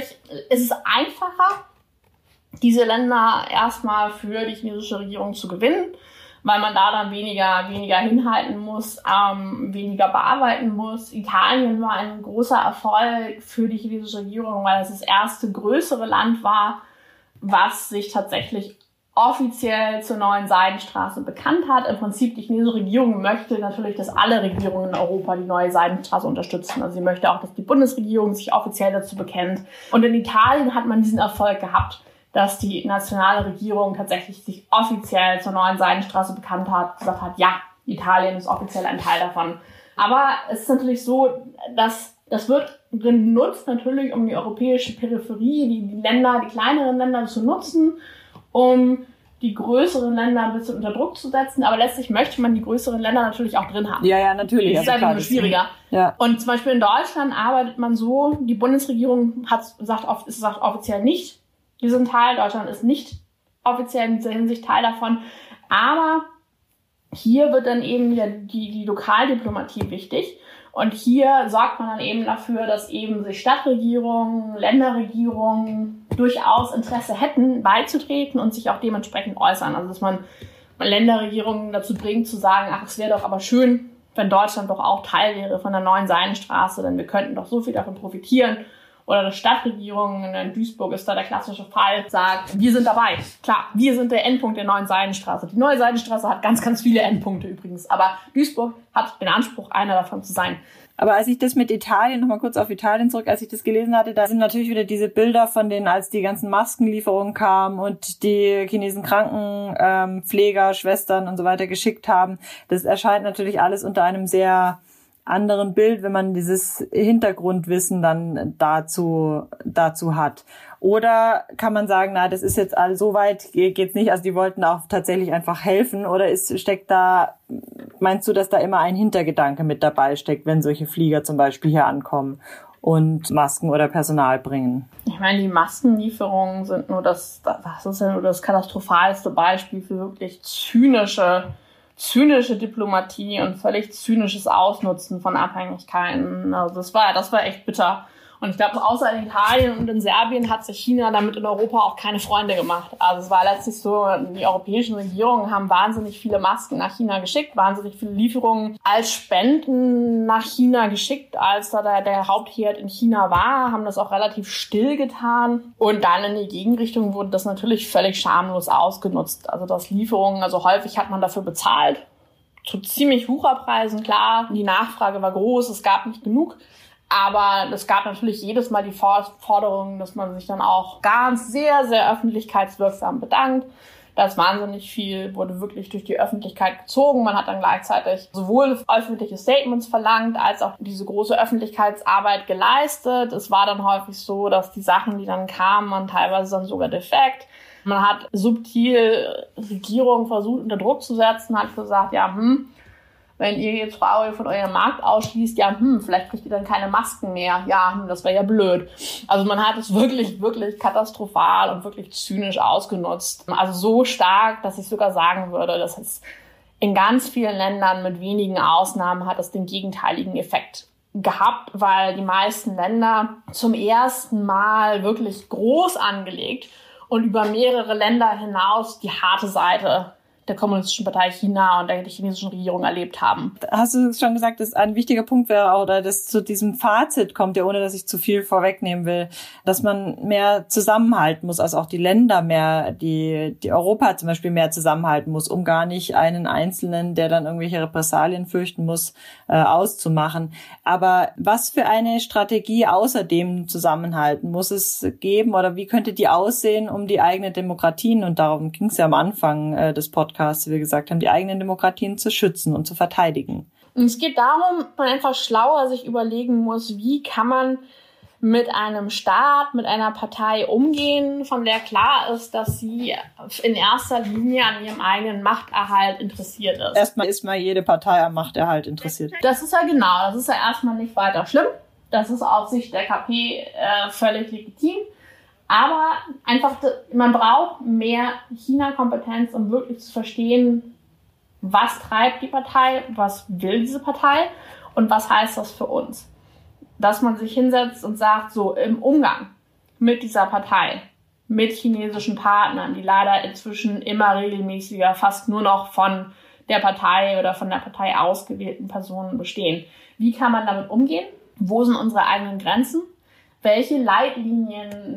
einfacher, diese Länder erstmal für die chinesische Regierung zu gewinnen, weil man da dann weniger hinhalten muss, weniger bearbeiten muss. Italien war ein großer Erfolg für die chinesische Regierung, weil es das erste größere Land war, was sich tatsächlich offiziell zur neuen Seidenstraße bekannt hat. Im Prinzip, die chinesische Regierung möchte natürlich, dass alle Regierungen in Europa die neue Seidenstraße unterstützen. Also sie möchte auch, dass die Bundesregierung sich offiziell dazu bekennt. Und in Italien hat man diesen Erfolg gehabt, dass die nationale Regierung tatsächlich sich offiziell zur neuen Seidenstraße bekannt hat, gesagt hat, ja, Italien ist offiziell ein Teil davon. Aber es ist natürlich so, dass das wird genutzt natürlich, um die europäische Peripherie, die kleineren Länder zu nutzen, um die größeren Länder ein bisschen unter Druck zu setzen. Aber letztlich möchte man die größeren Länder natürlich auch drin haben. Ja, natürlich. Das ist halt nur schwieriger. Ja. Und zum Beispiel in Deutschland arbeitet man so, die Bundesregierung sagt offiziell nicht, diesen Teil. Deutschland ist nicht offiziell in dieser Hinsicht Teil davon. Aber hier wird dann eben wieder die Lokaldiplomatie wichtig. Und hier sorgt man dann eben dafür, dass eben sich Stadtregierungen, Länderregierungen durchaus Interesse hätten, beizutreten und sich auch dementsprechend äußern. Also dass man Länderregierungen dazu bringt, zu sagen, es wäre doch aber schön, wenn Deutschland doch auch Teil wäre von der neuen Seidenstraße, denn wir könnten doch so viel davon profitieren. Oder die Stadtregierung in Duisburg ist da der klassische Fall, sagt, wir sind dabei. Klar, wir sind der Endpunkt der neuen Seidenstraße. Die neue Seidenstraße hat ganz, ganz viele Endpunkte übrigens. Aber Duisburg hat den Anspruch, einer davon zu sein. Aber als ich das mit Italien, nochmal kurz auf Italien zurück, als ich das gelesen hatte, da sind natürlich wieder diese Bilder von denen, als die ganzen Maskenlieferungen kamen und die Chinesen Krankenpfleger, Schwestern und so weiter geschickt haben. Das erscheint natürlich alles unter einem sehr anderen Bild, wenn man dieses Hintergrundwissen dann dazu hat. Oder kann man sagen, das ist jetzt so weit geht's nicht, also die wollten auch tatsächlich einfach helfen, oder meinst du, dass da immer ein Hintergedanke mit dabei steckt, wenn solche Flieger zum Beispiel hier ankommen und Masken oder Personal bringen? Ich meine, die Maskenlieferungen sind das ist ja nur das katastrophalste Beispiel für wirklich zynische Diplomatie und völlig zynisches Ausnutzen von Abhängigkeiten. Also das war echt bitter. Und ich glaube, außer in Italien und in Serbien hat sich China damit in Europa auch keine Freunde gemacht. Also es war letztlich so, die europäischen Regierungen haben wahnsinnig viele Masken nach China geschickt, wahnsinnig viele Lieferungen als Spenden nach China geschickt, als da der Hauptherd in China war, haben das auch relativ still getan. Und dann in die Gegenrichtung wurde das natürlich völlig schamlos ausgenutzt. Also das Lieferungen, also häufig hat man dafür bezahlt, zu ziemlich Wucherpreisen, klar. Die Nachfrage war groß, es gab nicht genug. Aber es gab natürlich jedes Mal die Forderung, dass man sich dann auch ganz sehr, sehr öffentlichkeitswirksam bedankt. Da ist wahnsinnig viel, wurde wirklich durch die Öffentlichkeit gezogen. Man hat dann gleichzeitig sowohl öffentliche Statements verlangt, als auch diese große Öffentlichkeitsarbeit geleistet. Es war dann häufig so, dass die Sachen, die dann kamen, waren teilweise dann sogar defekt. Man hat subtil Regierungen versucht, unter Druck zu setzen, hat gesagt, ja, wenn ihr jetzt Huawei von eurem Markt ausschließt, ja, vielleicht kriegt ihr dann keine Masken mehr. Ja, das wäre ja blöd. Also man hat es wirklich, wirklich katastrophal und wirklich zynisch ausgenutzt. Also so stark, dass ich sogar sagen würde, dass es in ganz vielen Ländern mit wenigen Ausnahmen hat es den gegenteiligen Effekt gehabt, weil die meisten Länder zum ersten Mal wirklich groß angelegt und über mehrere Länder hinaus die harte Seite der Kommunistischen Partei China und der chinesischen Regierung erlebt haben. Hast du schon gesagt, dass ein wichtiger Punkt wäre, oder dass zu diesem Fazit kommt, ja, ohne dass ich zu viel vorwegnehmen will, dass man mehr zusammenhalten muss, also auch die Länder mehr, die Europa zum Beispiel mehr zusammenhalten muss, um gar nicht einen Einzelnen, der dann irgendwelche Repressalien fürchten muss, auszumachen. Aber was für eine Strategie außer dem Zusammenhalten muss es geben, oder wie könnte die aussehen, um die eigenen Demokratien, und darum ging es ja am Anfang des Podcasts, wie wir gesagt haben, die eigenen Demokratien zu schützen und zu verteidigen? Und es geht darum, dass man einfach schlauer sich überlegen muss, wie kann man mit einem Staat, mit einer Partei umgehen, von der klar ist, dass sie in erster Linie an ihrem eigenen Machterhalt interessiert ist. Erstmal ist mal jede Partei am Machterhalt interessiert. Das ist ja genau, das ist ja erstmal nicht weiter schlimm. Das ist aus Sicht der KP völlig legitim. Aber einfach, man braucht mehr China-Kompetenz, um wirklich zu verstehen, was treibt die Partei, was will diese Partei und was heißt das für uns. Dass man sich hinsetzt und sagt, so im Umgang mit dieser Partei, mit chinesischen Partnern, die leider inzwischen immer regelmäßiger fast nur noch von der Partei oder von der Partei ausgewählten Personen bestehen. Wie kann man damit umgehen? Wo sind unsere eigenen Grenzen? Welche Leitlinien,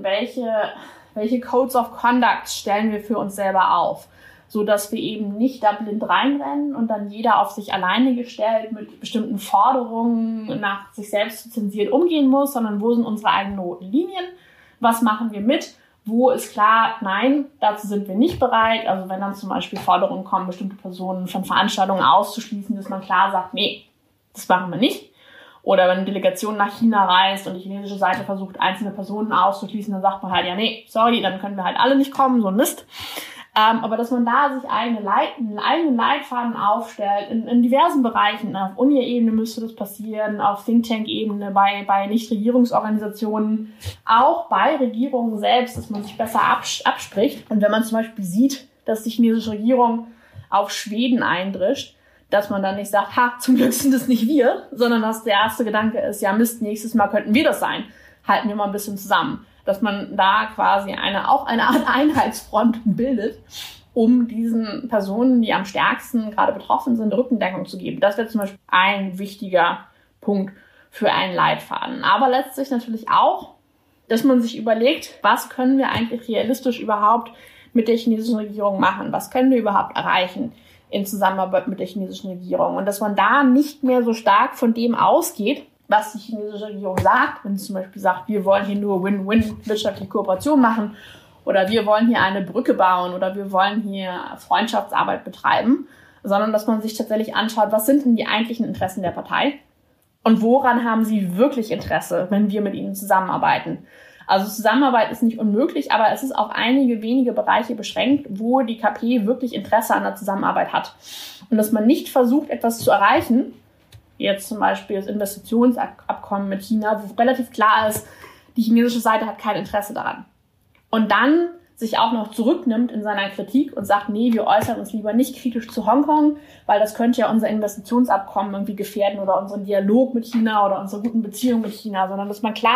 welche Codes of Conduct stellen wir für uns selber auf, so dass wir eben nicht da blind reinrennen und dann jeder auf sich alleine gestellt mit bestimmten Forderungen nach sich selbst zu zensieren umgehen muss, sondern wo sind unsere eigenen roten Linien? Was machen wir mit? Wo ist klar, nein, dazu sind wir nicht bereit. Also wenn dann zum Beispiel Forderungen kommen, bestimmte Personen von Veranstaltungen auszuschließen, dass man klar sagt, nee, das machen wir nicht. Oder wenn eine Delegation nach China reist und die chinesische Seite versucht, einzelne Personen auszuschließen, dann sagt man halt, ja, nee, sorry, dann können wir halt alle nicht kommen, so ein Mist. Aber dass man da sich einen eigenen Leitfaden aufstellt, in diversen Bereichen, auf Uni-Ebene müsste das passieren, auf Think-Tank-Ebene, bei Nichtregierungsorganisationen, auch bei Regierungen selbst, dass man sich besser abspricht. Und wenn man zum Beispiel sieht, dass die chinesische Regierung auf Schweden eindrischt, dass man dann nicht sagt, zum Glück sind es nicht wir, sondern dass der erste Gedanke ist, ja Mist, nächstes Mal könnten wir das sein. Halten wir mal ein bisschen zusammen. Dass man da quasi auch eine Art Einheitsfront bildet, um diesen Personen, die am stärksten gerade betroffen sind, Rückendeckung zu geben. Das wäre zum Beispiel ein wichtiger Punkt für einen Leitfaden. Aber letztlich natürlich auch, dass man sich überlegt, was können wir eigentlich realistisch überhaupt mit der chinesischen Regierung machen? Was können wir überhaupt erreichen in Zusammenarbeit mit der chinesischen Regierung? Und dass man da nicht mehr so stark von dem ausgeht, was die chinesische Regierung sagt, wenn sie zum Beispiel sagt, wir wollen hier nur Win-Win wirtschaftliche Kooperation machen oder wir wollen hier eine Brücke bauen oder wir wollen hier Freundschaftsarbeit betreiben, sondern dass man sich tatsächlich anschaut, was sind denn die eigentlichen Interessen der Partei und woran haben sie wirklich Interesse, wenn wir mit ihnen zusammenarbeiten. Also Zusammenarbeit ist nicht unmöglich, aber es ist auf einige wenige Bereiche beschränkt, wo die KP wirklich Interesse an der Zusammenarbeit hat. Und dass man nicht versucht, etwas zu erreichen, jetzt zum Beispiel das Investitionsabkommen mit China, wo relativ klar ist, die chinesische Seite hat kein Interesse daran. Und dann sich auch noch zurücknimmt in seiner Kritik und sagt, nee, wir äußern uns lieber nicht kritisch zu Hongkong, weil das könnte ja unser Investitionsabkommen irgendwie gefährden oder unseren Dialog mit China oder unsere guten Beziehungen mit China, sondern dass man klar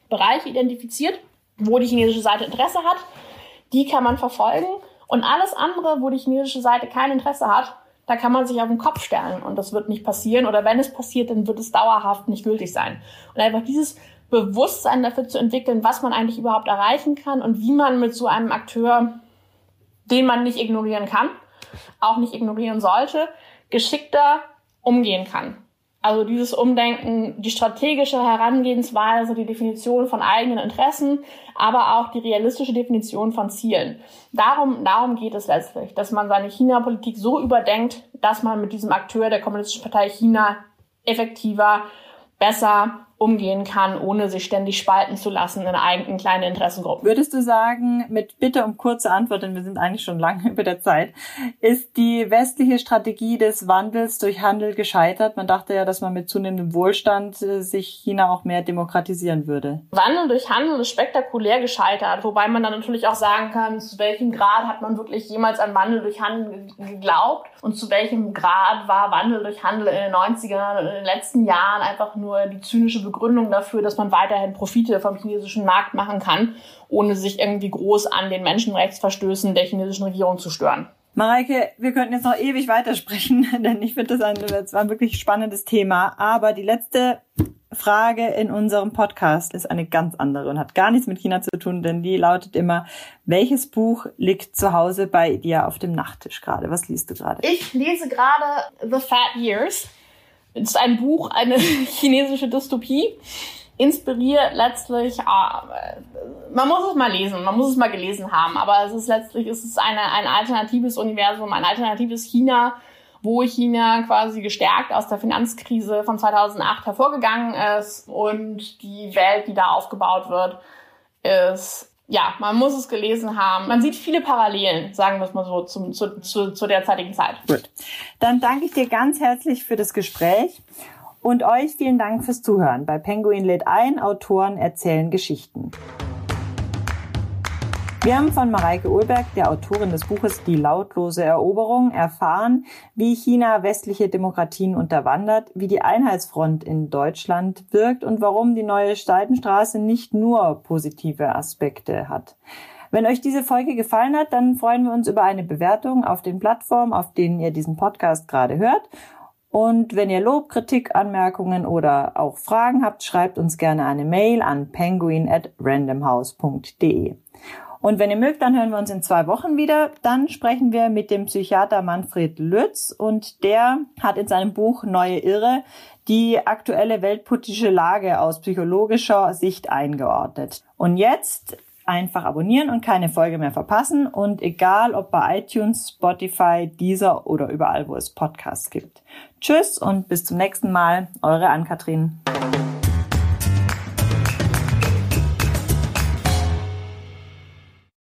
Bereiche identifiziert, wo die chinesische Seite Interesse hat. Die kann man verfolgen. Und alles andere, wo die chinesische Seite kein Interesse hat, da kann man sich auf den Kopf stellen. Und das wird nicht passieren. Oder wenn es passiert, dann wird es dauerhaft nicht gültig sein. Und einfach dieses Bewusstsein dafür zu entwickeln, was man eigentlich überhaupt erreichen kann und wie man mit so einem Akteur, den man nicht ignorieren kann, auch nicht ignorieren sollte, geschickter umgehen kann. Also dieses Umdenken, die strategische Herangehensweise, die Definition von eigenen Interessen, aber auch die realistische Definition von Zielen. Darum geht es letztlich, dass man seine China-Politik so überdenkt, dass man mit diesem Akteur der Kommunistischen Partei China effektiver, besser umgehen kann, ohne sich ständig spalten zu lassen in eigenen kleinen Interessengruppen. Würdest du sagen, mit Bitte um kurze Antwort, denn wir sind eigentlich schon lange über der Zeit, ist die westliche Strategie des Wandels durch Handel gescheitert? Man dachte ja, dass man mit zunehmendem Wohlstand sich China auch mehr demokratisieren würde. Wandel durch Handel ist spektakulär gescheitert, wobei man dann natürlich auch sagen kann, zu welchem Grad hat man wirklich jemals an Wandel durch Handel geglaubt und zu welchem Grad war Wandel durch Handel in den 90ern und in den letzten Jahren einfach nur die zynische Begründung dafür, dass man weiterhin Profite vom chinesischen Markt machen kann, ohne sich irgendwie groß an den Menschenrechtsverstößen der chinesischen Regierung zu stören. Mareike, wir könnten jetzt noch ewig weitersprechen, denn ich finde, das war ein wirklich spannendes Thema. Aber die letzte Frage in unserem Podcast ist eine ganz andere und hat gar nichts mit China zu tun, denn die lautet immer, welches Buch liegt zu Hause bei dir auf dem Nachttisch gerade? Was liest du gerade? Ich lese gerade The Fat Years. Es ist ein Buch, eine chinesische Dystopie, inspiriert letztlich, man muss es mal lesen, man muss es mal gelesen haben, aber es ist ein alternatives Universum, ein alternatives China, wo China quasi gestärkt aus der Finanzkrise von 2008 hervorgegangen ist und die Welt, die da aufgebaut wird, ist, ja, man muss es gelesen haben. Man sieht viele Parallelen, sagen wir es mal so, zu derzeitigen Zeit. Gut. Dann danke ich dir ganz herzlich für das Gespräch und euch vielen Dank fürs Zuhören. Bei Penguin lädt ein, Autoren erzählen Geschichten. Wir haben von Mareike Ohlberg, der Autorin des Buches Die lautlose Eroberung, erfahren, wie China westliche Demokratien unterwandert, wie die Einheitsfront in Deutschland wirkt und warum die neue Seidenstraße nicht nur positive Aspekte hat. Wenn euch diese Folge gefallen hat, dann freuen wir uns über eine Bewertung auf den Plattformen, auf denen ihr diesen Podcast gerade hört. Und wenn ihr Lob, Kritik, Anmerkungen oder auch Fragen habt, schreibt uns gerne eine Mail an penguin@randomhouse.de. Und wenn ihr mögt, dann hören wir uns in 2 Wochen wieder. Dann sprechen wir mit dem Psychiater Manfred Lütz und der hat in seinem Buch Neue Irre die aktuelle weltpolitische Lage aus psychologischer Sicht eingeordnet. Und jetzt einfach abonnieren und keine Folge mehr verpassen und egal ob bei iTunes, Spotify, Deezer oder überall, wo es Podcasts gibt. Tschüss und bis zum nächsten Mal, eure Ann-Kathrin.